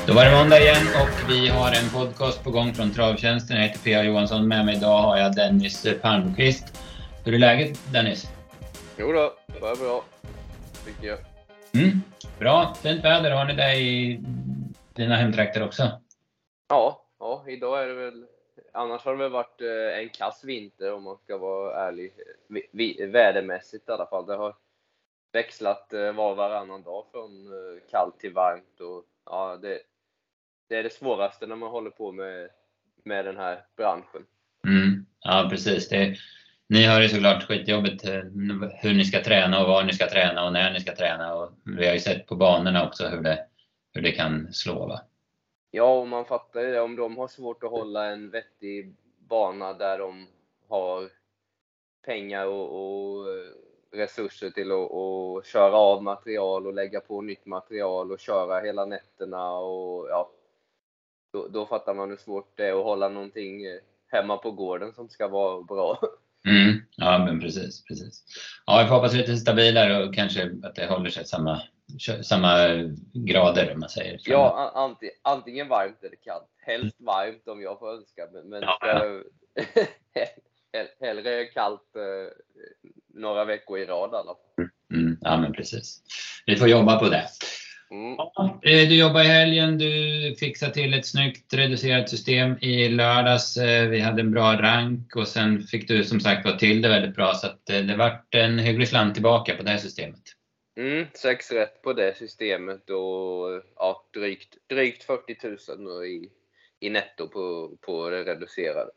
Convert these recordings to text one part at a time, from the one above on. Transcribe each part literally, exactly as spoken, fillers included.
Då var det måndag igen och vi har en podcast på gång från Travtjänsten. Jag heter P A Johansson, med mig idag har jag Dennis Palmqvist. Hur är läget, Dennis? Jo då, det var bra, tycker jag. Mm, bra, fint väder. Har ni det i dina hemtrakter också? Ja, ja, idag är det väl, annars har det väl varit en kass vinter om man ska vara ärlig, vi, vi, vädermässigt i alla fall. Det har växlat var varannan dag från kallt till varmt och ja, det, det är det svåraste när man håller på med, med den här branschen. Mm, ja, precis. Det, ni har ju såklart skitjobbet hur ni ska träna och var ni ska träna och när ni ska träna. Och vi har ju sett på banorna också hur det, hur det kan slå, va? Ja, och man fattar ju det. Om de har svårt att hålla en vettig bana där de har pengar och, och resurser till att och köra av material och lägga på nytt material och köra hela nätterna och ja, då, då fattar man hur svårt det är att hålla någonting hemma på gården som ska vara bra. Mm, ja, men precis, precis. Ja, jag får hoppas lite stabilare och kanske att det håller sig samma, samma grader om man säger. Ja, antingen, antingen varmt eller kallt. Helst varmt om jag får önska, men, men ja, ska, hellre kallt eh, några veckor i rad i alla fall. Mm, ja, men precis. Vi får jobba på det. Mm. Ja, du jobbar i helgen, du fixar till ett snyggt reducerat system i lördags. Vi hade en bra rank och sen fick du som sagt vara till det väldigt bra, så att det vart en hygglig slant tillbaka på det här systemet. Mm, sex rätt på det systemet och ja, drygt, drygt fyrtio tusen i, i netto på, på det reducerade.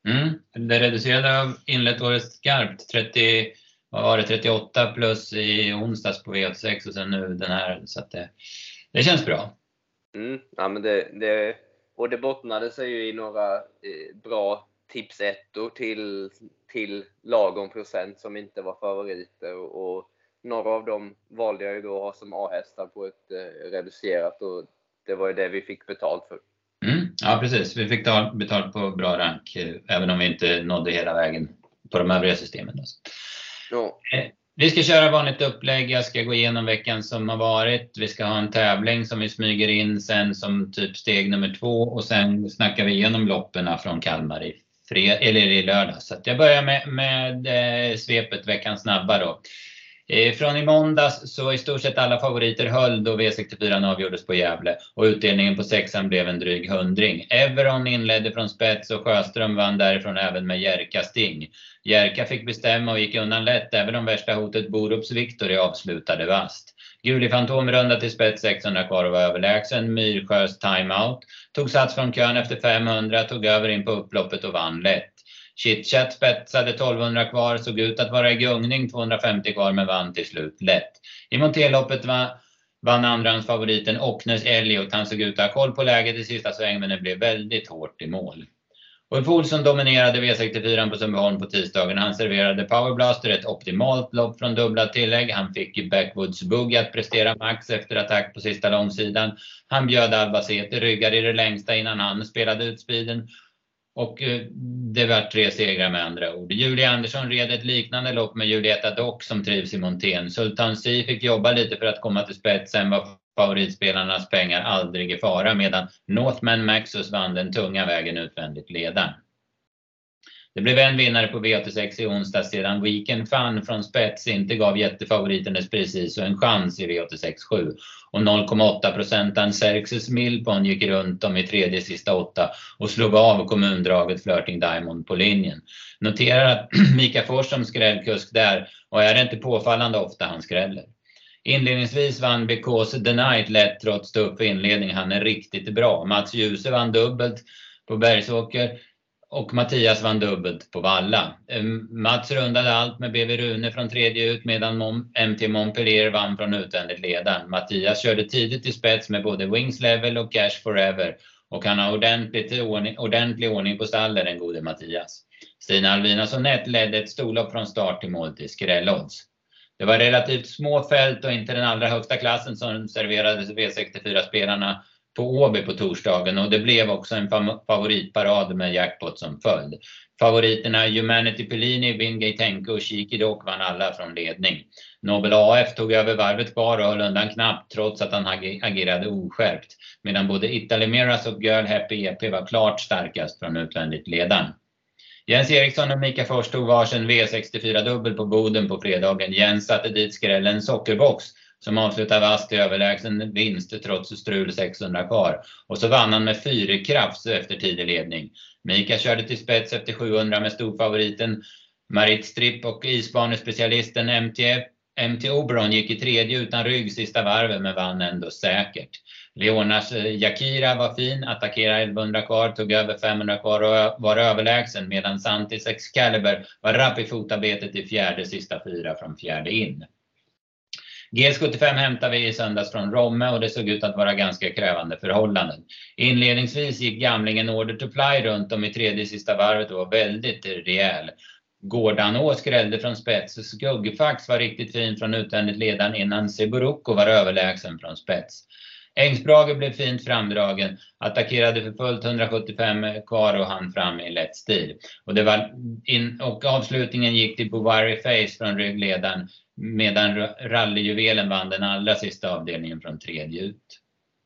Mm, det reducerade har inlett året skarpt, trettio, vad var det, trettioåtta plus i onsdags på V åttiosex och sen nu den här, så att det, det känns bra. Mm, ja, men det, det, och det bottnade sig ju i några eh, bra tips ettor till, till lagom procent som inte var favoriter och, och några av dem valde jag ju då att ha som A-hästar på ett eh, reducerat och det var ju det vi fick betalt för. Mm, ja, precis. Vi fick ta betalt på bra rank, även om vi inte nådde hela vägen på de övriga systemen. Alltså. Ja. Vi ska köra vanligt upplägg. Jag ska gå igenom veckan som har varit. Vi ska ha en tävling som vi smyger in sen som typ steg nummer två. Och sen snackar vi igenom lopperna från Kalmar i, fred, eller i lördag. Så att jag börjar med, med eh, svepet veckan snabba då. Från i måndags så i stort sett alla favoriter höll då V sextiofyra avgjordes på Gävle och utdelningen på sexan blev en dryg hundring. Everon inledde från spets och Sjöström vann därifrån även med Jerka Sting. Jerka fick bestämma och gick undan lätt även om värsta hotet Borups Victory avslutade vast. Guli Fantom runda till spets sexhundra kvar och var överlägsen. Myrsjös timeout tog sats från kön efter femhundra, tog över in på upploppet och vann lätt. Chitchat spetsade tolvhundra kvar, såg ut att vara i gungning, tvåhundrafemtio kvar men vann till slut lätt. I monterloppet var, vann andrahandsfavoriten Ocknes Elliot. Han såg ut att ha koll på läget i sista sväng men det blev väldigt hårt i mål. Ulf Olsson dominerade V sextiofyra på Sundbyholm på tisdagen. Han serverade Powerblaster ett optimalt lopp från dubbla tillägg. Han fick Backwoods Bugg att prestera max efter attack på sista långsidan. Han bjöd Albacete ryggar i det längsta innan han spelade ut speeden. Och det var tre segrar med andra ord. Julia Andersson red ett liknande lopp med Julieta Dock som trivs i Montén. Sultan Si fick jobba lite för att komma till spetsen, var favoritspelarnas pengar aldrig i fara, medan Northman Maxus vann den tunga vägen utvändigt ledaren. Det blev en vinnare på V åttiosex i onsdag sedan Weekend Fun från spets inte gav jättefavoriternes precis och en chans i V åttiosex sju. Och noll komma åtta procent Xerxes Milpon gick runt om i tredje sista åtta och slog av kommundraget Flirting Diamond på linjen. Notera att Mika Fors som skrällkusk där och är det inte påfallande ofta han skräller. Inledningsvis vann Because the Night lätt trots tuff inledning. Han är riktigt bra. Mats Djuse vann dubbelt på Bergsåker. Och Mattias vann dubbelt på Valla. Mats rundade allt med B V Rune från tredje ut medan M T Montpellier vann från utvändigt ledaren. Mattias körde tidigt i spets med både Wings Level och Cash Forever. Och han har ordentligt ordning, ordentlig ordning på stallen, den gode Mattias. Stina Alvina Sonett ledde ett storlopp från start till mål till skrällodds. Det var relativt små fält och inte den allra högsta klassen som serverades V sextiofyra-spelarna. på Åby på torsdagen och det blev också en favoritparad med jackpot som följd. Favoriterna Humanity Pellini, Wingate Tenko och Shikidok vann alla från ledning. Nobel A F tog över varvet kvar och höll undan knappt trots att han agerade oskärpt. Medan både Italy Miras och Girl Happy E P var klart starkast från utvändigt ledan. Jens Eriksson och Mika Fors tog varsin V sextiofyra-dubbel på Boden på fredagen. Jens satte dit skrällen Sockerbox som avslutade vast i överlägsen vinst trots strul sexhundra kvar. Och så vann han med fyra krafts efter tidig ledning. Mika körde till spets efter sjuhundra med storfavoriten Marit Stripp och isbanespecialisten M T, M T Oberon gick i tredje utan rygg sista varven men vann ändå säkert. Leonas Jakira var fin, attackerade elvahundra kvar, tog över femhundra kvar och var överlägsen medan Santis Excalibur var rapp i fotarbetet i fjärde sista fyra från fjärde in. G S sjuttiofem hämtade vi i söndags från Romme och det såg ut att vara ganska krävande förhållanden. Inledningsvis gick gamlingen Order to Fly runt om i tredje sista varvet och var väldigt rejäl. Gårdanå skrällde från spets och Skuggfax var riktigt fin från utvändigt ledan innan Seburuko var överlägsen från spets. Ängsbrage blev fint framdragen, attackerade för fullt hundrasjuttiofem kvar och han fram i lätt stil. Och, det var in, och avslutningen gick till Bovary Face från ryggledaren medan rallyjuvelen vann den allra sista avdelningen från tredje ut.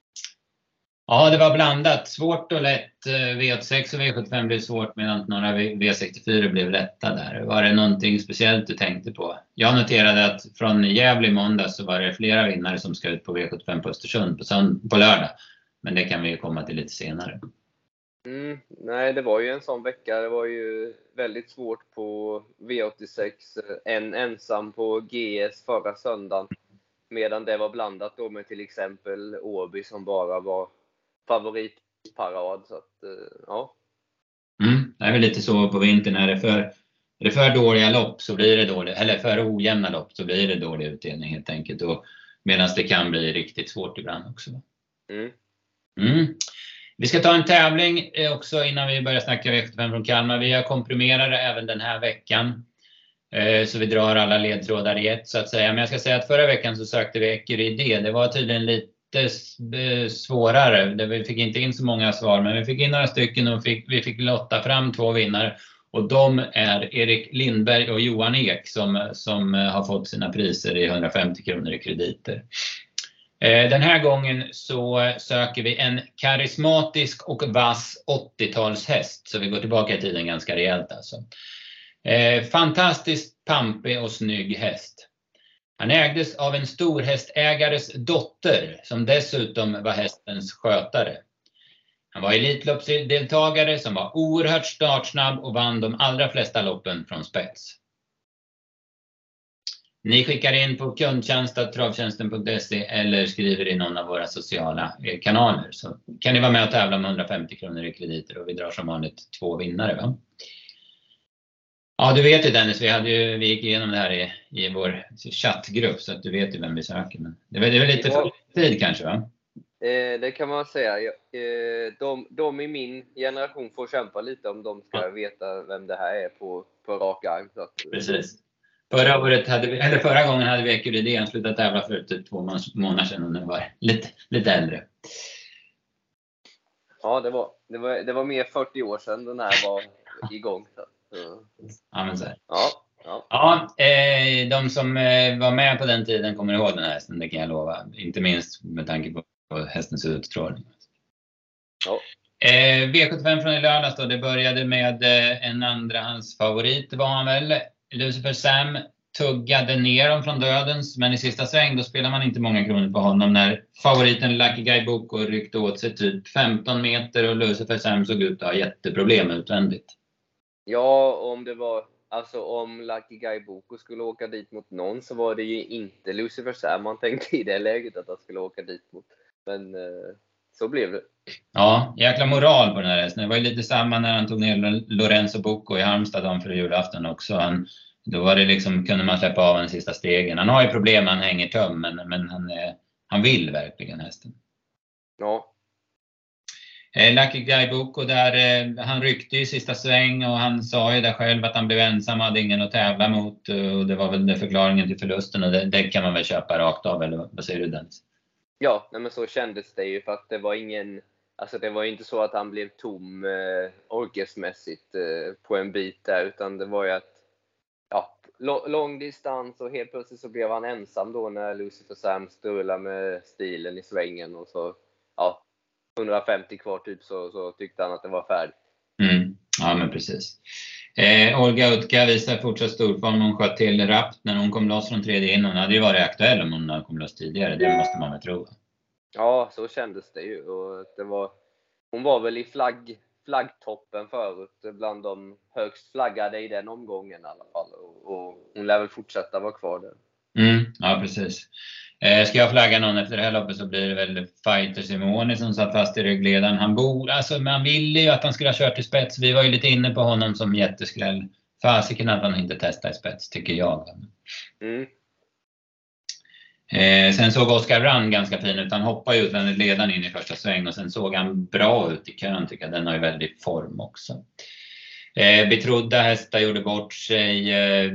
Ja, det var blandat. Svårt och lätt. V åttiosex och V sjuttiofem blev svårt medan några V sextiofyra blev lätta där. Var det någonting speciellt du tänkte på? Jag noterade att från Gävle i måndag så var det flera vinnare som ska ut på V sjuttiofem på Östersund på, sönd- på lördag. Men det kan vi komma till lite senare. Mm, nej, det var ju en sån vecka. Det var ju väldigt svårt på V åttiosex. En ensam på G S förra söndagen. Medan det var blandat då med till exempel Åby som bara var favoritparad. Så att, ja. Mm, det är väl lite så på vintern. Är det för, är det för dåliga lopp så blir det dåligt. Eller för ojämna lopp så blir det dålig utdelning helt enkelt. Och medan det kan bli riktigt svårt ibland också. Mm. Mm. Vi ska ta en tävling också innan vi börjar snacka V sjuttiofem från Kalmar. Vi har komprimerat även den här veckan. Så vi drar alla ledtrådar i ett så att säga. Men jag ska säga att förra veckan så sökte vi Ecuridé. Det var tydligen lite svårare. Vi fick inte in så många svar men vi fick in några stycken och fick, vi fick lotta fram två vinnare. Och de är Erik Lindberg och Johan Ek som, som har fått sina priser i hundrafemtio kronor i krediter. Den här gången så söker vi en karismatisk och vass åttiotalshäst. Så vi går tillbaka i tiden ganska rejält alltså. Eh, fantastiskt pampig och snygg häst. Han ägdes av en storhästägares dotter som dessutom var hästens skötare. Han var elitloppsdeltagare som var oerhört startsnabb och vann de allra flesta loppen från spets. Ni skickar in på kundtjänst punkt travtjänsten punkt se eller skriver i någon av våra sociala kanaler. Så kan ni vara med och tävla med hundrafemtio kronor i krediter och vi drar som vanligt två vinnare, va? Ja, du vet ju Dennis, vi, hade ju, vi gick igenom det här i, i vår chattgrupp så att du vet ju vem vi söker. Men det är väl lite för tid kanske, va? Eh, det kan man säga. Eh, de, de i min generation får kämpa lite om de ska ja. veta vem det här är på, på rak arm. Så att, precis. Förra, året hade vi, eller förra gången hade vi Ecuridé, han slutade tävla för typ två månader sedan och nu var lite, lite äldre. Ja, det var, det, var, det var mer fyrtio år sedan den här var igång. Så. Ja, men så här. Ja, ja. ja eh, de som eh, var med på den tiden kommer ihåg den här hästen, det kan jag lova. Inte minst med tanke på, på hästens utstrålning. Ja. Eh, V sjuttiofem från i lördags då, det började med eh, en andrahands favorit var han väl. Lucifer Sam tuggade ner dem från dödens, men i sista sväng då spelar man inte många kronor på honom när favoriten Lucky Guy Boko ryckte åt sig typ femton meter och Lucifer Sam såg ut att ha jätteproblem utvändigt. Ja, om det var, alltså om Lucky Guy Boko skulle åka dit mot någon så var det ju inte Lucifer Sam man tänkte i det läget att han skulle åka dit mot. Men eh, så blev det. Ja, jäkla moral på den här hästen. Det var ju lite samma när han tog ner Lorenzo Boko i Halmstad dagen för julafton också. Han, då var det liksom, kunde man släppa av den sista stegen. Han har ju problem, han hänger töm, men, men han, han vill verkligen hästen. Ja. Lucky Guy Boko där, han ryckte i sista sväng och han sa ju där själv att han blev ensam, hade ingen att tävla mot och det var väl förklaringen till förlusten och det, det kan man väl köpa rakt av, eller vad säger du Dennis? Ja, nej men så kändes det ju, för att det var ingen, alltså det var ju inte så att han blev tom eh, orkesmässigt eh, på en bit där, utan det var ju att ja, lo- lång distans och helt plötsligt så blev han ensam då när Lucifer Sam strulade med stilen i svängen, och så ja, hundrafemtio kvar typ, så, så tyckte han att det var färdigt. Mm. Ja, men precis. Eh, Olga Utka visar fortsatt storform. Hon sköt till rappt när hon kom loss från tredje in. Hon hade ju varit aktuell om hon kom loss tidigare. Det måste man väl tro. Ja, så kändes det ju. Och det var, hon var väl i flagg, flaggtoppen förut, bland de högst flaggade i den omgången i alla fall. Och, och hon lär väl fortsätta vara kvar där. Mm, ja, precis. Eh, ska jag flagga någon efter det här loppet så blir det väl Fighter Simone som satt fast i ryggledaren. Han bor, alltså man ville ju att han skulle ha kört i spets. Vi var ju lite inne på honom som jätteskräll. Fasiken att han inte testar i spets, tycker jag. Mm. Eh, sen såg Oscar Rand ganska fin ut. Han hoppade ut utvändigt ledaren in i första sväng och sen såg han bra ut i kön, tycker jag. Den har ju väldigt form också. Eh, betrodda hästar gjorde bort sig. Eh,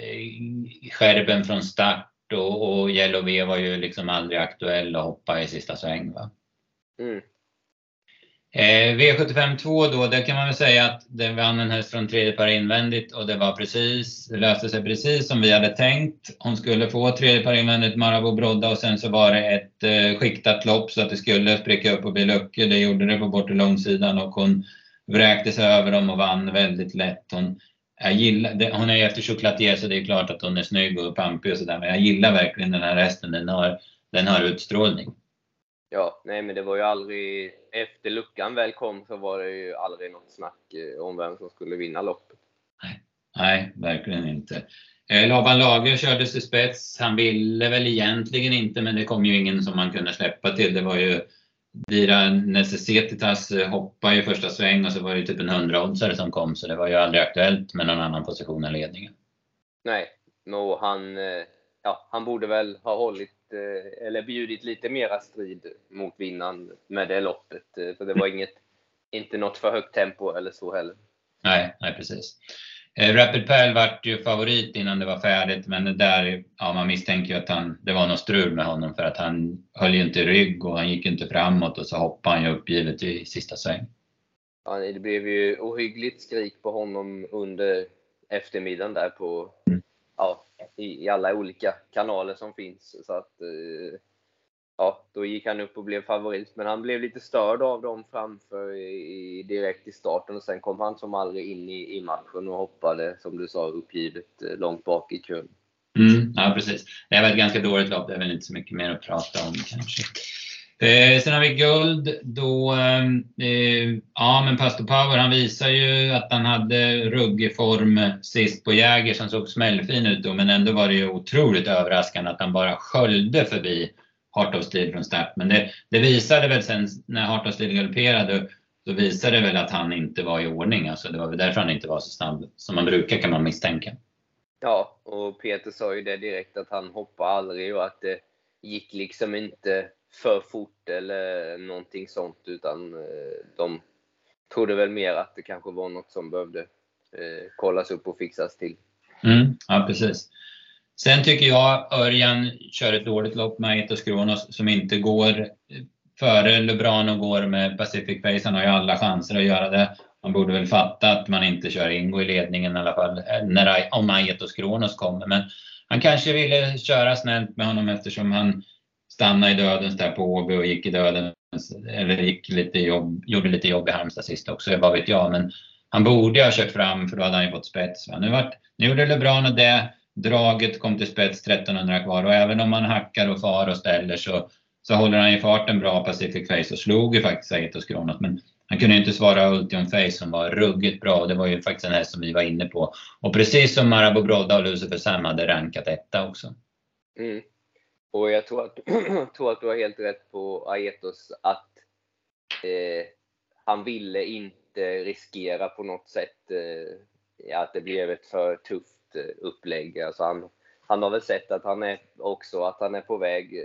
skärben från start och, och Yellow V var ju liksom aldrig aktuell att hoppa i sista sväng, va? Mm. Eh, V sjuttiofem två då, där kan man väl säga att det vann en häst från tredje par invändigt och det var precis, det löste sig precis som vi hade tänkt. Hon skulle få tredje par invändigt, Marabou Brodda, och sen så var det ett eh, skiktat lopp så att det skulle spricka upp och bli luckor. Det gjorde det på bort- och långsidan och hon vräkte sig över dem och vann väldigt lätt. Hon, jag gillar, det, hon är efter chokladier så det är klart att hon är snygg och pampig och sådär, men jag gillar verkligen den här hästen, den har, den har utstrålning. Ja, nej men det var ju aldrig, efter luckan väl kom så var det ju aldrig något snack om vem som skulle vinna loppet. Nej, nej, verkligen inte. Eh, Laban Lager kördes i spets. Han ville väl egentligen inte, men det kom ju ingen som man kunde släppa till. Det var ju Dira Necessititas hoppa i första sväng och så var det typ en hundraoddsare som kom, så det var ju aldrig aktuellt med någon annan position än ledningen. Nej, no, han, ja, han borde väl ha hållit eller bjudit lite mera strid mot vinnaren med det loppet, för det var inget, inte något för högt tempo eller så heller. Nej, nej precis. Eh, Rapid Pearl vart ju favorit innan det var färdigt, men det där, ja, man misstänker ju att han, det var något strul med honom för att han höll ju inte i rygg och han gick inte framåt och så hoppade han ju uppgivet i sista sväng. Ja, det blev ju ohyggligt skrik på honom under eftermiddagen där på, ja, i, i alla olika kanaler som finns, så att ja, då gick han upp och blev favorit, men han blev lite störd av dem framför i, direkt i starten, och sen kom han som aldrig in i, i matchen och hoppade, som du sa, uppgivet långt bak i kön. Mm, ja, precis. Det var ett ganska dåligt lopp, det är väl inte så mycket mer att prata om kanske. Eh, sen har vi guld då, eh, ja men Pastor Power, han visar ju att han hade ruggig form sist på Jäger som såg smällfin ut då, men ändå var det ju otroligt överraskande att han bara sköljde förbi Heart of Steel från start. Men det, det visade väl sen när Heart of Steel galopperade, så visade det väl att han inte var i ordning. Alltså det var väl därför han inte var så snabb som man brukar, kan man misstänka. Ja, och Peter sa ju det direkt, att han hoppade aldrig och att det gick liksom inte för fort eller någonting sånt, utan de trodde väl mer att det kanske var något som behövde eh, kollas upp och fixas till. Mm, ja, precis. Sen tycker jag Örjan kör ett dåligt lopp med Aetos Kronos som inte går före LeBron och går med Pacific Face. Han har ju alla chanser att göra det. Man borde väl fatta att man inte kör Ingo i ledningen i alla fall när, om Aetos Kronos kommer. Men han kanske ville köra snällt med honom eftersom han stannade i dödens där på Åby och gick i döden. Eller gick lite jobb, gjorde lite jobb i Halmstad sist också, vad vet jag. Men han borde ha kört fram för då hade han ju fått spets. Nu, var, nu gjorde LeBron och det. Draget kom till spets trettonhundra kvar och även om man hackar och far och ställer så, så håller han i farten bra Pacific Face och slog ju faktiskt Aetos Kronos, men han kunde inte svara Ultium Face som var ruggigt bra och det var ju faktiskt en häst som vi var inne på. Och precis som Marabou Brodda och Lucifer Sam hade rankat etta också. Mm. Och jag tror att, tror att du har helt rätt på Aetos, att eh, han ville inte riskera på något sätt eh, att det blev ett för tufft upplägg. Alltså han, han har väl sett att han är också att han är på väg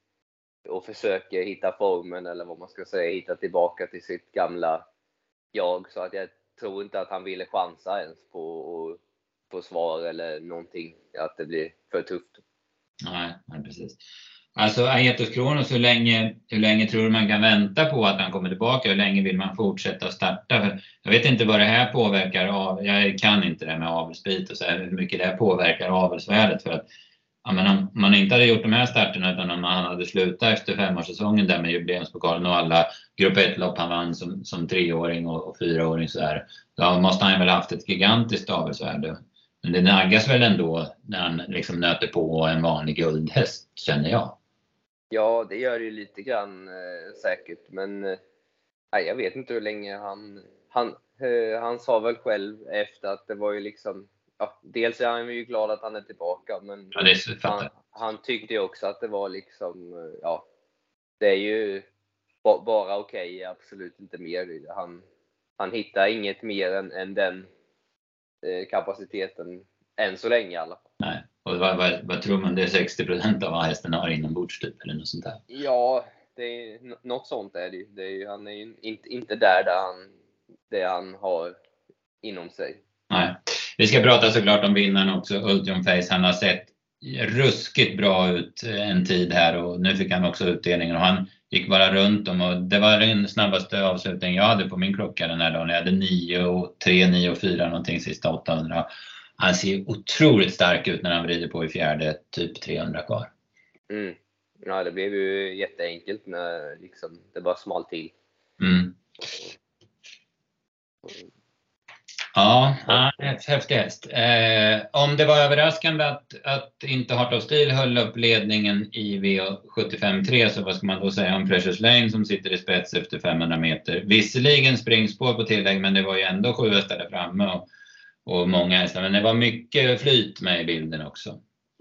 och försöker hitta formen, eller vad man ska säga, hitta tillbaka till sitt gamla jag, så att jag tror inte att han ville chansa ens på på svar eller någonting, att det blir för tufft. Nej, nej precis. Alltså Aetos Kronos, hur länge, hur länge tror du man kan vänta på att han kommer tillbaka? Hur länge vill man fortsätta starta? För jag vet inte vad det här påverkar av. Jag kan inte det med avelsbit och så här, hur mycket det påverkar avelsvärdet. För att ja, men om man inte hade gjort de här starterna utan om man hade slutat efter femårssäsongen där med jubileumspokalen och alla grupp ett-lopp han vann som, som treåring och, och fyraåring så här, då måste han väl haft ett gigantiskt avelsvärde. Men det naggas väl ändå när han liksom nöter på en vanlig guldhäst, känner jag. Ja, det gör det ju lite grann eh, säkert, men eh, jag vet inte hur länge han han, eh, han sa väl själv efter att det var ju liksom, ja, dels är han ju glad att han är tillbaka, men Ja, det är han, han tyckte ju också att det var liksom, eh, ja, det är ju ba, bara okej, okay, absolut inte mer. Han, han hittar inget mer än, än den eh, kapaciteten än så länge i alla fall. Nej. Och vad, vad, vad tror man, det är sextio procent av vad hästen har inombords typ, eller något sånt där? Ja, det är, något sånt är det, det är ju. Han är ju inte, inte där, där han, det han har inom sig. Nej. Vi ska prata såklart om vinnaren också, Ultium Face. Han har sett ruskigt bra ut en tid här och nu fick han också utdelningen och han gick bara runt om och det var den snabbaste avslutningen jag hade på min klocka den här dagen. Jag hade nio tre, nio fyra någonting sista åttahundra. Han ser otroligt stark ut när han vrider på i fjärde, typ trehundra kvar. Mm. Ja, det blev ju jätteenkelt när liksom, det bara small till. Mm. Ja, ja, häftig häst. Eh, om det var överraskande att, att inte Heart of Steel höll upp ledningen i V sjuttiofem tre, så vad ska man då säga om Precious Lane som sitter i spets efter femhundra meter. Visserligen springspår på tillägg, men det var ju ändå sju hästar där framme och, och många hästar. Men det var mycket flyt med i bilden också.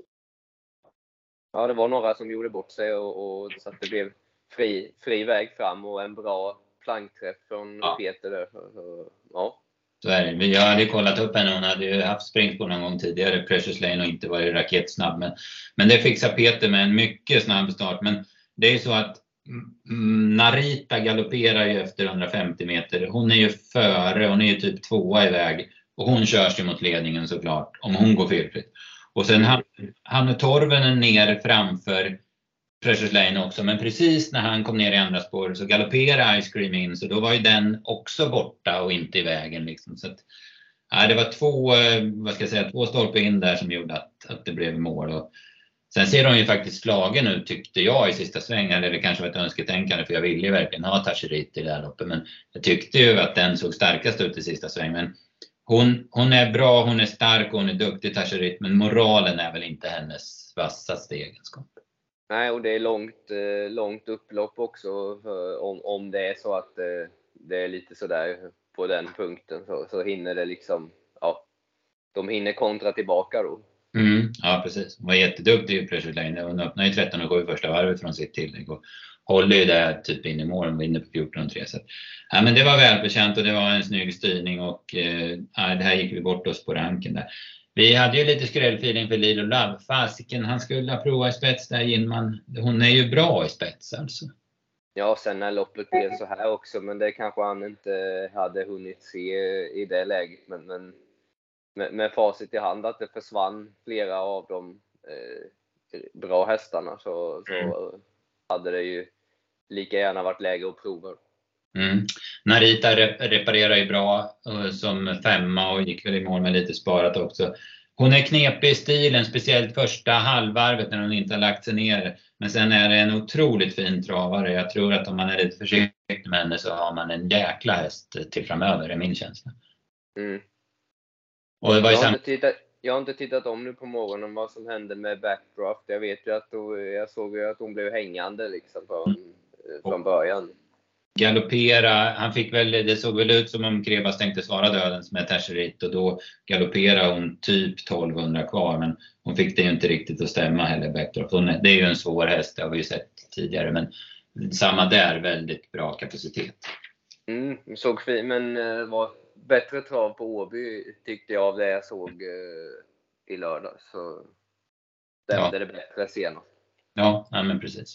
Ja, det var några som gjorde bort sig och, och så att det blev fri, fri väg fram och en bra plankträff från ja. Peter där. Så, ja. Så är det. Jag hade kollat upp henne, hon hade ju haft springspår någon gång tidigare, Precious Lane, och inte varit raketsnabb. Men, men det fixar Peter med en mycket snabb start. Men det är så att Narita galopperar ju efter hundrafemtio meter. Hon är ju före, hon är ju typ tvåa i väg. Och hon körs ju mot ledningen såklart, om hon går felfritt. Och sen han, han är Torven ner framför Precious Lane också. Men precis när han kom ner i andra spår så galopperade Ice Cream in. Så då var ju den också borta och inte i vägen. Liksom. Så att, ja, det var två, vad ska jag säga, två stolpar in där som gjorde att, att det blev mål. Och sen ser de ju faktiskt slagen ut, tyckte jag, i sista svängen. Eller det kanske var ett önsketänkande, för jag ville ju verkligen ha Tacherit i det här loppet. Men jag tyckte ju att den såg starkast ut i sista svängen. Men hon, hon är bra, hon är stark och hon är duktig, Tacherit. Men moralen är väl inte hennes vassaste egenskap. Nej, och det är långt, långt upplopp också. För om, om det är så att det är lite sådär på den punkten, så, så hinner det liksom, ja, de hinner kontra tillbaka då. Mm, ja, precis. Hon var jätteduktig i Precious Lane. Hon öppnar ju tretton och sju första varvet från sitt tillägg och håller ju där typ in i mål. Hon vinner på fjorton och tre. Så ja, men det var välbekänt och det var en snygg styrning och eh, det här gick vi bort oss på ranken där. Vi hade ju lite skrällfeeling för Lilo Love. Fasiken, han skulle ha provat i spets där, Ginman. Hon är ju bra i spets alltså. Ja, sen när loppet blev så här också, men det kanske han inte hade hunnit se i det läget. Men, men med, med facit i hand att det försvann flera av de eh, bra hästarna, så, så mm. hade det ju lika gärna varit läge att prova. Mm. Narita reparerar ju bra uh, som femma och gick väl i mål med lite sparat också. Hon är knepig i stilen, speciellt första halvvarvet när hon inte har lagt sig ner. Men sen är det en otroligt fin travare. Jag tror att om man är lite försiktig med henne så har man en jäkla häst till framöver, är min känsla. Mm. Och det var ju jag, har sam- inte tittat, jag har inte tittat om nu på morgonen vad som hände med Backdraft. Jag vet ju att hon, jag såg ju att hon blev hängande liksom från, mm. från början. Galoppera, han fick väl, det såg väl ut som om Krebas tänkte svara dödens med Tacherit och då galopperade hon typ tolvhundra kvar, men hon fick det ju inte riktigt att stämma heller, Backdraft. Hon, det är ju en svår häst, det har vi ju sett tidigare, men samma där, väldigt bra kapacitet. Mm, såg fin, men det var bättre trav på Åby tyckte jag av det jag såg eh, i lördag, så stämde ja. Det bättre senare. Ja, ja, men precis.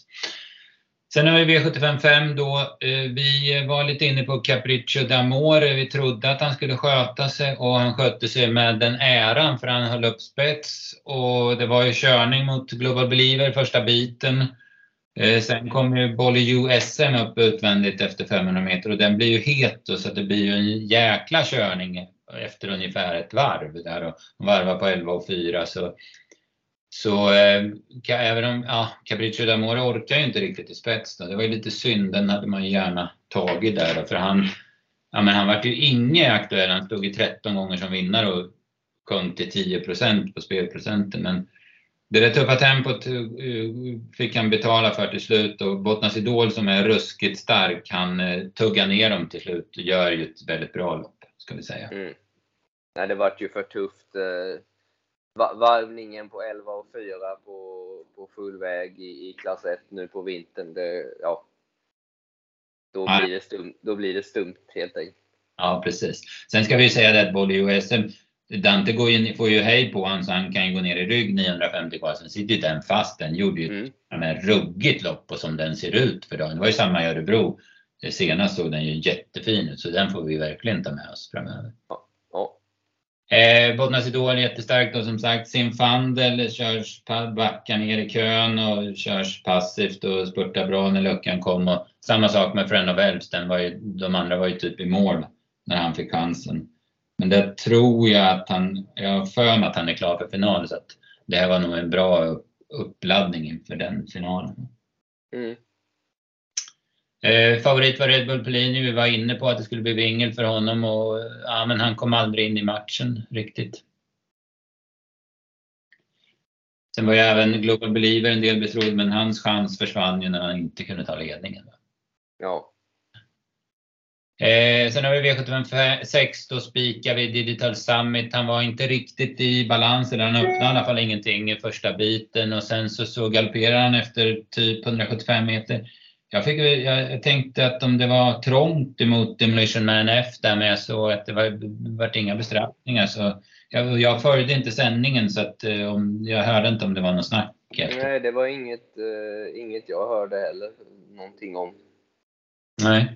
Sen har vi V sjuttiofem fem då. Vi var lite inne på Capriccio d'Amore. Vi trodde att han skulle sköta sig och han skötte sig med den äran för han höll upp spets. Och det var ju körning mot Global Believer första biten. Eh, sen kommer ju Bolly U S M upp utvändigt efter femhundra meter och den blir ju het då, så att det blir ju en jäkla körning efter ungefär ett varv där och varva på elva och fyra så så eh, även om ja, Capriccio d'Amore orkar ju inte riktigt i spets då. Det var ju lite synd, den hade man ju gärna tagit där då, för han ja men han var ju inget aktuell, han stod i tretton gånger som vinnare och sjönk till tio procent på spelprocenten, men det där tuffa tempot fick han betala för till slut och Bottnas Idol som är ruskigt stark, han tuggar ner dem till slut och gör ju ett väldigt bra lopp, ska vi säga. Mm. Nej, det var ju för tufft. Varvningen på elva och fyra på, på full väg i, i klass ett nu på vintern, det, ja, då blir det stumt, då blir det stumt helt enkelt. Ja, precis. Sen ska vi säga det att både U S M Dante går ju, får ju hej på han så han kan ju gå ner i rygg niohundrafemtio kvar. Sen sitter ju den fast. Den gjorde ju mm. ett ruggigt lopp och som den ser ut för dagen. Det var ju samma i Örebro. Senast såg den ju jättefin ut så den får vi verkligen ta med oss framöver. Ja. Ja. Eh, Bottnas Idol jättestarkt och som sagt Sinfandel körs backar ner i kön och körs passivt och spurtar bra när luckan kom. Och samma sak med Friend of Elves. Den var ju, de andra var ju typ i mål när han fick chansen. Men det tror jag att han, jag har för mig att han är klar för final så att det här var nog en bra uppladdning inför den finalen. Mm. Eh, favorit var Red Bull Pellini, vi var inne på att det skulle bli vingel för honom och ja, men han kom aldrig in i matchen riktigt. Sen var ju även Global Believer en del betrodd men hans chans försvann ju när han inte kunde ta ledningen. Ja. Eh, sen har vi V sjuttiofem sex, då spikar vi Digital Summit. Han var inte riktigt i balans, eller han öppnade i alla fall ingenting i första biten och sen så, så galopperade han efter typ hundrasjuttiofem meter. Jag, fick, jag tänkte att om det var trångt emot Demolition Man F där med så att det var, var inga bestraffningar så jag, jag följde inte sändningen så att om, jag hörde inte om det var något snack efter. Nej, det var inget, uh, inget jag hörde heller någonting om. Nej.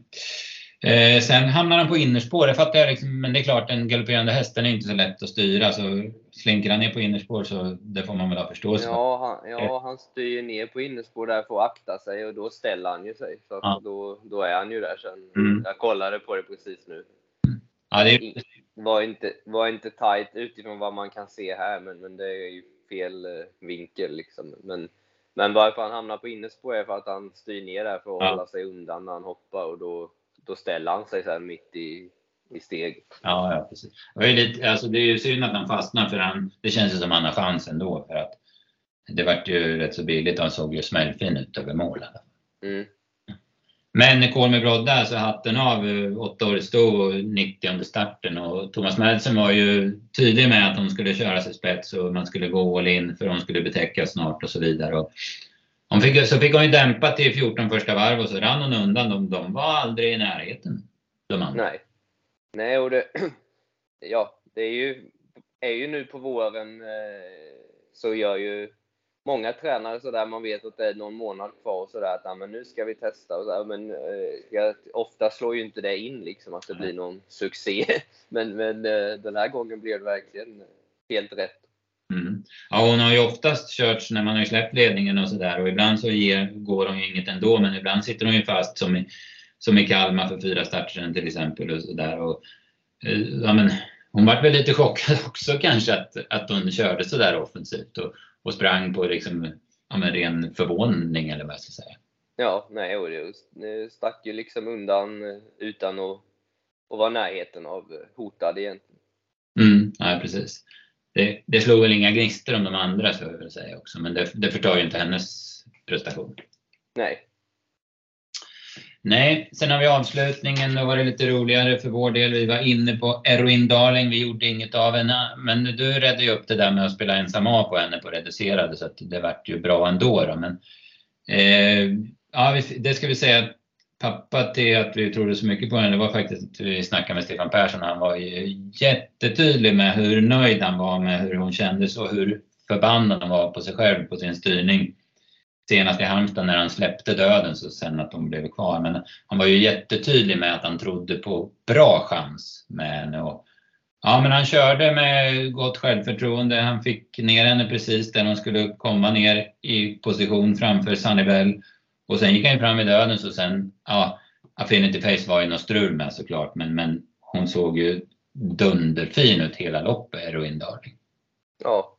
Eh, sen hamnar han på innerspår, det fattar jag liksom, men det är klart den galopperande hästen är inte så lätt att styra så slinker han ner på innerspår så det får man väl ha förståelse för. Ja, han, ja, han styr ner på innerspår där för att akta sig och då ställer han ju sig så att ja. då, då är han ju där sen. Mm. Jag kollade på det precis nu. Ja, det är... var, inte, var inte tight utifrån vad man kan se här men, men det är ju fel eh, vinkel liksom. Men, men varför han hamnar på innerspår är för att han styr ner där för att ja. hålla sig undan när han hoppar och då Då ställer han sig så här mitt i, i steg. Ja, ja, precis. Det är, lite, alltså det är ju synd att han fastnar för han, det känns ju som han har chansen då för att det vart ju rätt så billigt och han såg ju smällfin ut över målen. Mm. Men Kol med Brodda så hatten av åtta år stod och nittio under starten och Thomas Madsen var ju tydlig med att de skulle köra sig spets och man skulle gå all in för de skulle betäckas snart och så vidare. Och hon fick, så fick hon ju dämpa till fjorton första varv och så rann hon undan. De, de var aldrig i närheten. De andra. Nej. Nej, och det, ja, det är ju, är ju nu på våren eh, så gör ju många tränare så där man vet att det är någon månad kvar och så där att ja, men nu ska vi testa och så där, men eh, jag, ofta slår ju inte det in liksom att det blir någon succé. Men, men eh, den här gången blev det verkligen helt rätt. Mm. Ja, hon har ju oftast kört när man har släppt ledningen och sådär och ibland så ger, går hon ju inget ändå men ibland sitter hon ju fast som i, som i Kalmar för fyra starter till exempel och sådär och ja, men hon var väl lite chockad också kanske att, att hon körde sådär offensivt och, och sprang på liksom, ja, men ren förvåning eller vad jag ska säga. Ja, nej och det stack ju liksom undan utan att, att vara närheten av hotad egentligen. Mm, ja precis. Det, det slog väl inga gnister om de andra så jag vill säga också. Men det, det förtar ju inte hennes prestation. Nej. Nej, sen har vi avslutningen. Då var det lite roligare för vår del. Vi var inne på Eroin Darling. Vi gjorde inget av henne. Men du räddade ju upp det där med att spela ensam A på henne på reducerade. Så att det vart ju bra ändå då. Men eh, ja, det ska vi säga. Pappa till att vi trodde så mycket på henne, det var faktiskt att vi snackade med Stefan Persson. Han var ju jättetydlig med hur nöjd han var med hur hon kändes och hur förbannad han var på sig själv, på sin styrning. Senast i Halmstad när han släppte döden så sen att de blev kvar. Men han var ju jättetydlig med att han trodde på bra chans med henne. Och, ja, men han körde med gott självförtroende. Han fick ner henne precis där hon skulle komma ner i position framför Sunnybell. Och sen gick han ju fram i döden, så sen, ja, Affinity Face var ju något strul med såklart, men, men hon såg ju dunderfin ut hela loppet, Heroin Darling. Ja,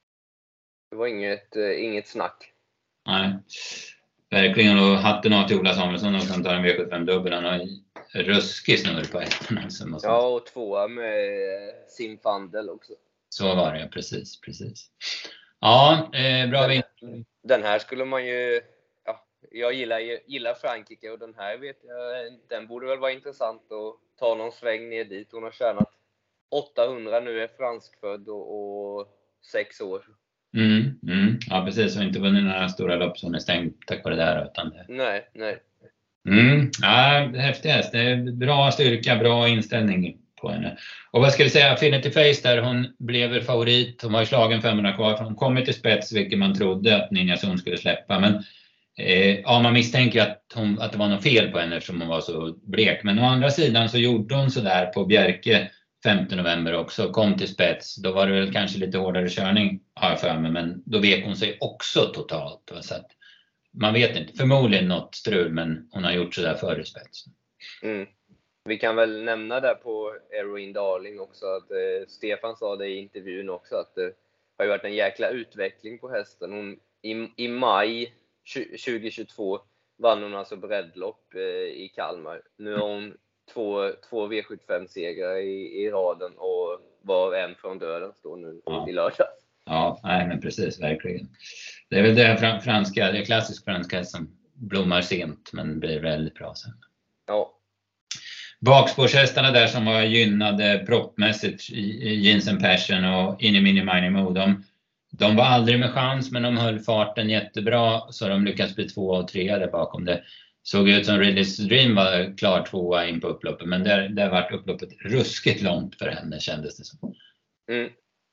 det var inget, eh, inget snack. Nej, verkligen. Och hatten av till Ola Samuelsson, och som tar en V sjuttiofem-dubbel. Han har en ruskig snurr på ettan. Alltså, ja, och tvåa med Sim Fandel också. Så var det, precis, precis. Ja, eh, bra den, vinst. Den här skulle man ju... Ja, jag gillar, gillar Frankrike, och den här vet jag, den borde väl vara intressant att ta någon sväng ner dit. Hon har tjänat åttahundra nu, är franskfödd och, och sex år. Mm, mm. Ja, precis. Och inte vunnit några stora lopp som är stängt tack vare det där. Utan det... Nej, nej. Mm, ja, häftigast. Det är bra styrka, bra inställning på henne. Och vad ska vi säga, Affinity Face där, hon blev väl favorit. Hon var i slagen femhundra kvar. Hon kom till spets, vilket man trodde att Ninja Zon skulle släppa. Men eh, ja, man misstänker att, hon, att det var något fel på henne eftersom hon var så blek. Men å andra sidan så gjorde hon så där på Bjerke femte november också, kom till spets. Då var det väl kanske lite hårdare körning, har jag för mig, men då vek hon sig också totalt. Så att man vet inte, förmodligen något strul, men hon har gjort så där före spets. Mm. Vi kan väl nämna där på Heroin Darling också att eh, Stefan sa det i intervjun också, att det har ju varit en jäkla utveckling på hästen. Hon, i, i maj tjugohundratjugotvå vann hon alltså breddlopp eh, i Kalmar. Nu har hon två, två V sjuttiofem-segrar i, i raden, och var en från döden står nu ja. i lördag. Ja, nej, men precis, verkligen. Det är väl det franska, det är klassisk franska som blommar sent men blir väldigt bra sen. Ja. Bakspårshästarna där som var gynnade proppmässigt, Jensen Passion och Inni Mini Mini Mo, de, de var aldrig med chans, men de höll farten jättebra, så de lyckades bli två och tre där bakom. Det såg ut som Ridley's Dream var klar tvåa in på upploppet, men där, där var upploppet ruskigt långt för henne, kändes det som. Mm.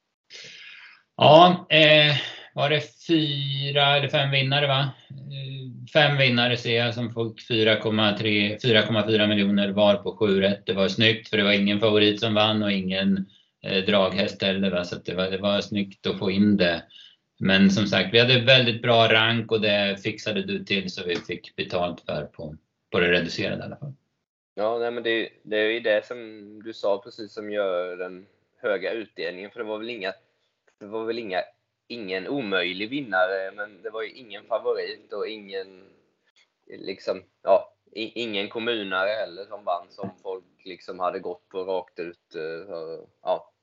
Ja, eh, var det fyra eller fem vinnare, va? Eh, fem vinnare ser jag som fick fyra komma fyra miljoner var på sju rätt. Det var snyggt, för det var ingen favorit som vann och ingen eh, draghäst heller, va? Så att det, var, det var snyggt att få in det. Men som sagt, vi hade väldigt bra rank, och det fixade du till så vi fick betalt för på, på det reducerade i alla fall. Ja, nej, men det, det är ju det som du sa precis som gör den höga utdelningen, för det var väl inga Det var väl inga, ingen omöjlig vinnare, men det var ju ingen favorit och ingen, liksom, ja, ingen kommunare heller som vann, som folk liksom hade gått på rakt ut. Ja.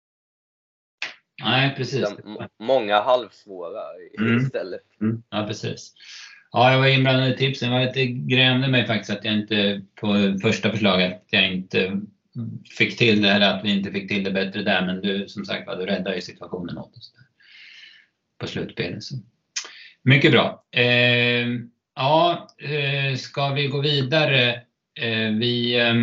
Nej, precis. Liksom, många halvsvåra mm. istället. Mm. Ja, precis. Ja, jag var inblandad i tipsen. Jag var lite grämde mig faktiskt att jag inte på första förslaget, jag inte fick till det, eller att vi inte fick till det bättre där, men du, som sagt, var du räddade ju situationen åt oss där på slutspelet. Så. Mycket bra. Eh, ja, eh, ska vi gå vidare? Eh, vi eh,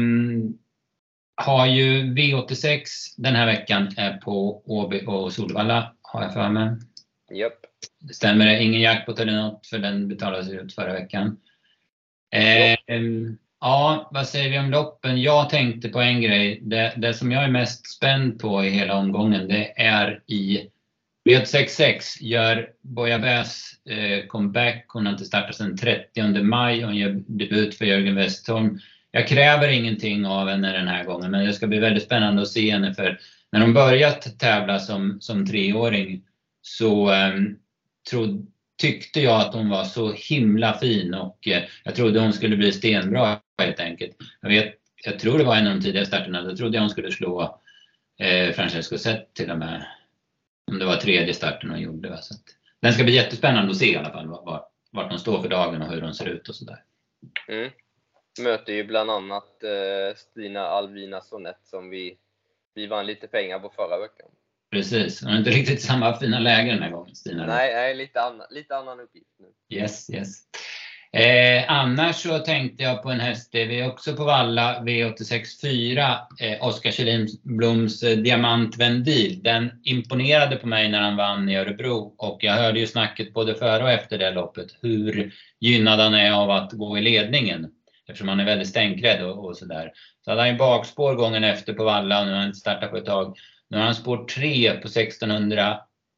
har ju V åttiosex den här veckan är på Åby och Solvalla, har jag för mig. Yep. Det stämmer, det ingen jackpot eller något, för den betalades ut förra veckan. Eh, yep. Ja, vad säger vi om loppen? Jag tänkte på en grej. Det, det som jag är mest spänd på i hela omgången, det är i V åttiosex gör Boyabäs eh, comeback. Hon har inte startat sedan trettionde maj. Hon gör debut för Jörgen Westholm. Jag kräver ingenting av henne den här gången, men det ska bli väldigt spännande att se henne, för när hon börjat tävla som, som treåring så eh, trodde tyckte jag att hon var så himla fin, och eh, jag trodde hon skulle bli stenbra helt enkelt. Jag vet, jag tror det var en av de tidiga starterna, då trodde jag hon skulle slå eh, Francesco Zet till och med, om det var tredje starten hon gjorde. Va? Så att, den ska bli jättespännande att se i alla fall vart, vart hon står för dagen och hur hon ser ut och sådär. Mm. Möter ju bland annat eh, Stina Alvina Sonett som vi, vi vann lite pengar på förra veckan. Precis, hon är inte riktigt samma fina läge den här gången, Stina. Nej, nej lite, annan, lite annan uppgift nu. Yes, yes. Eh, annars så tänkte jag på en häst, det är vi också på Valla, V åttiosex fyra, eh, Oskar Kjellinbloms eh, Diamant Vendil. Den imponerade på mig när han vann i Örebro, och jag hörde ju snacket både före och efter det loppet hur gynnad han är av att gå i ledningen, eftersom han är väldigt stänkrädd och, och sådär. Så hade han ju bakspår gången efter på Valla, och nu har han inte startat på ett tag. Nu har han spår tre på sextonhundra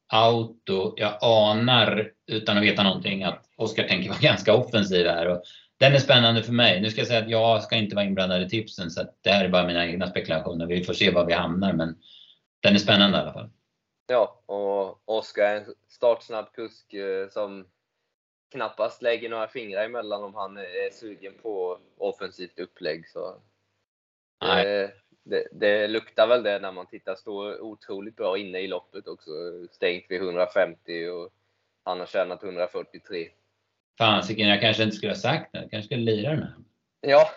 auto. Jag anar utan att veta någonting att Oskar tänker vara ganska offensiv här. Och den är spännande för mig. Nu ska jag säga att jag ska inte vara inblandad i tipsen, så att det här är bara mina egna spekulationer. Vi får se var vi hamnar, men den är spännande i alla fall. Ja, och Oskar är en startsnabb kusk som knappast lägger några fingrar emellan om han är sugen på offensivt upplägg. Så det, det, det luktar väl det när man tittar. Står otroligt bra inne i loppet också. Stängt vid hundrafemtio och han har tjänat hundrafyrtiotre. Fan, så jag kanske inte skulle ha sagt det. Jag kanske skulle lira den här. Ja.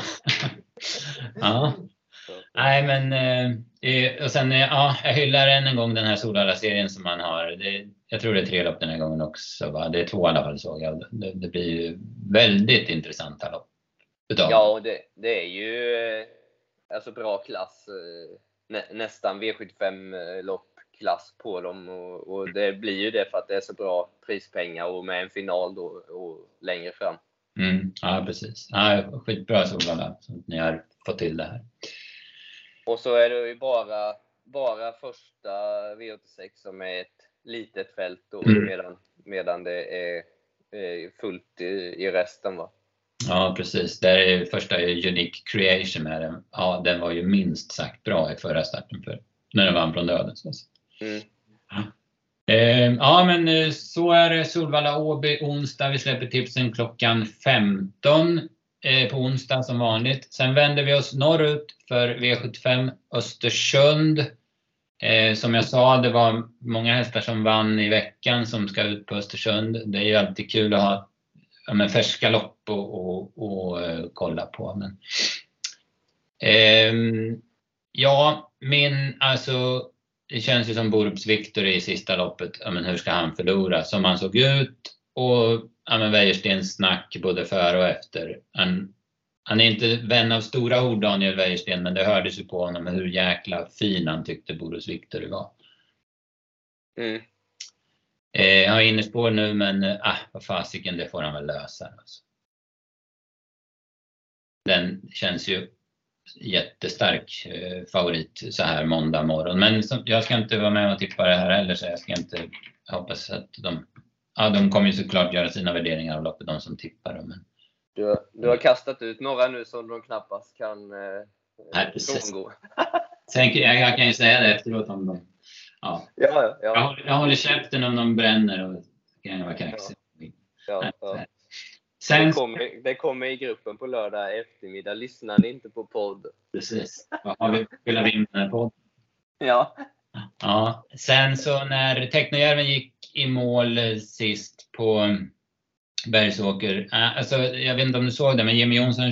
Ja. Nej, men eh, och sen ja, jag hyllar än en gång den här Solvalla-serien som man har. Det, jag tror det är tre lopp den här gången också, va? Det är två i alla fall, såg jag. Det, det blir ju väldigt intressanta lopp. Ja, och det, det är ju alltså bra klass, nä, nästan V sjuttiofem loppklass på dem, och, och det blir ju det för att det är så bra prispengar och med en final då och längre fram. Mm, ja, precis. Ja, skitbra Solvalla som ni har fått till det här. Och så är det ju bara, bara första V åttiosex som är ett litet fält då, mm. medan, medan det är, är fullt i, i resten, va? Ja, precis. Där är första är Unique Creation med den. Ja, den var ju minst sagt bra i förra starten för när den vann från döden. Mm. Ja. Eh, ja, men så är det. Solvalla Åby onsdag. Vi släpper tipsen klockan femton eh, på onsdag som vanligt. Sen vänder vi oss norrut för V sjuttiofem Östersund. Eh, som jag sa, det var många hästar som vann i veckan som ska ut på Östersund. Det är ju alltid kul att ha ja, men färska lopp och, och, och uh, kolla på. Men, eh, ja, min, alltså det känns ju som Borups Victor i sista loppet. Ja, men hur ska han förlora? Som han såg ut, och ja, men Wäjerstens snack både före och efter. Han, han är inte vän av stora ord, Daniel Wäjersten, men det hördes ju på honom hur jäkla fin han tyckte Borups Victor var. Mm. Eh, jag är inne spår nu, men ah, vad fasiken, det får han väl lösa. Alltså. Den känns ju jättestark eh, favorit så här måndag morgon. Men som, jag ska inte vara med och tippa det här heller, så jag ska inte, jag hoppas att de, ja, de kommer ju såklart göra sina värderingar av loppet, de som tippar. Men du, du har kastat ut några nu som de knappast kan eh, Nej, frångå. Sen, jag, jag kan ju säga det efteråt om de, ja. Ja, ja, ja. Jag, håller, jag håller käften om de bränner och kan jag vara kaxig. Ja, ja, ja. Sen, det, kommer, det kommer i gruppen på lördag eftermiddag. Lyssnar ni inte på podd? Precis. Vad har vi spelat in den här podden? Ja. Ja. Sen så när Technojärven gick i mål sist på Bergsåker. Alltså, jag vet inte om du såg det, men Jimmy Jonsson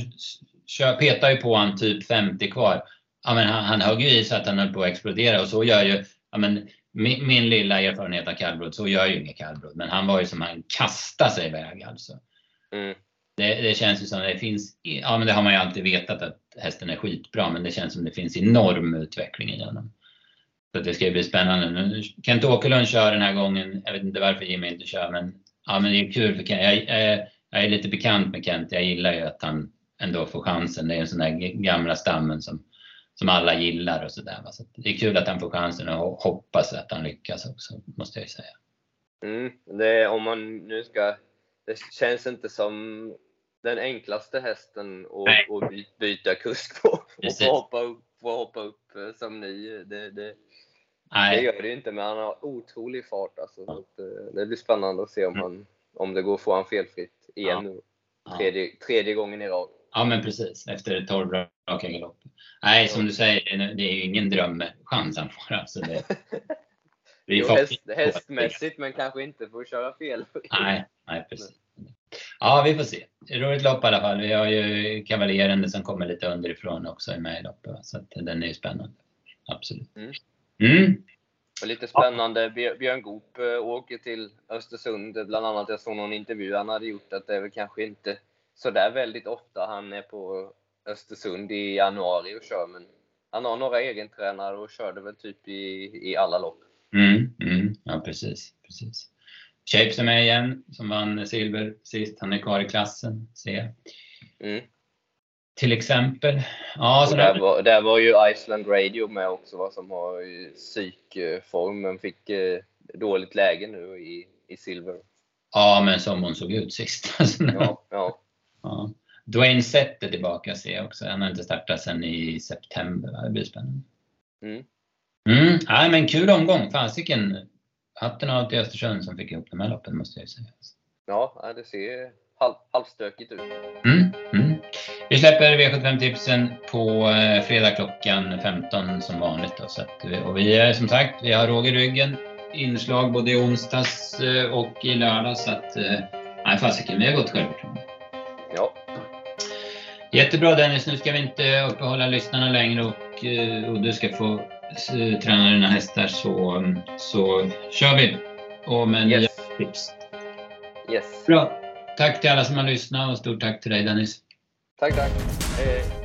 petar ju på han typ femtio kvar. Ja, men han, han högg ju i så att han höll på att explodera, och så gör ju, ja, men min, min lilla erfarenhet av kallblod, så gör ju inget kallblod, men han var ju som han kastade sig iväg alltså. Mm. Det, det känns ju som det finns, ja men det har man ju alltid vetat att hästen är skitbra, men det känns som det finns enorm utveckling i den. Så det ska ju bli spännande. Nu Kent Åkerlund kör den här gången, jag vet inte varför Jimmy inte kör, men ja, men det är kul för Kent. Jag, jag, jag är lite bekant med Kent, jag gillar ju att han ändå får chansen. Det är en sån där gamla stammen som, som alla gillar och sådär. Så det är kul att han får chansen, och hoppas att han lyckas också, måste jag ju säga. Mm, det, om man nu ska, det känns inte som den enklaste hästen att, att byta kusk på och få hoppa upp, få hoppa upp som ny. Det, det, det gör det ju inte, men han har otrolig fart alltså. Så att, det blir spännande att se om, han, om det går att få han felfritt igen nu. Ja. Tredje, tredje gången i rad. Ja, men precis. Efter tolv raka galopp. Nej, som du säger, det är ju ingen drömchans han får. Alltså det, det är jo, häst, hästmässigt, men kanske inte får köra fel. Nej, nej, precis. Ja, vi får se. Roligt lopp i alla fall. Vi har ju kavaljerande som kommer lite underifrån också med i loppet. Så att den är ju spännande. Absolut. Mm. Mm. Och lite spännande. Björn Goop åker till Östersund. Bland annat, jag såg någon intervju han hade gjort, att det är väl kanske inte så där väldigt ofta han är på Östersund i januari och kör. Men han har några egentränare och körde väl typ i, i alla lopp. Mm, mm. Ja, precis. precis. Shapes är med igen, som vann silver sist. Han är kvar i klassen, ser mm. Till exempel. Ja, så där, var, där var ju Iceland Radio med också, vad som har psykformen. Fick dåligt läge nu i, i silver. Ja, men som hon såg ut sist. Ja, ja. Ja. Dwayne Sett är tillbaka, ser jag också. Han har inte startat sedan i september. Det blir spännande. Mm. Mm. Ja, men kul omgång. Fasiken. Hatten av till Östersund som fick ihop de här loppen, måste jag säga. Ja, det ser halv, halvstökigt ut. Mm. Mm. Vi släpper V sjuttiofem-tipsen på eh, fredag klockan femton som vanligt. Då, så att, och vi är som sagt, vi har råg i ryggen. Inslag både i onsdags eh, och i lördag. Så att, eh, nej, fasiken, vi har gått självklart. Ja. Jättebra Dennis, nu ska vi inte uppehålla lyssnarna längre och, och du ska få uh, träna dina hästar, så, så kör vi. Och med Yes. nya tips. Yes. Bra. Tack till alla som har lyssnat och stort tack till dig Dennis. Tack, tack. Hej.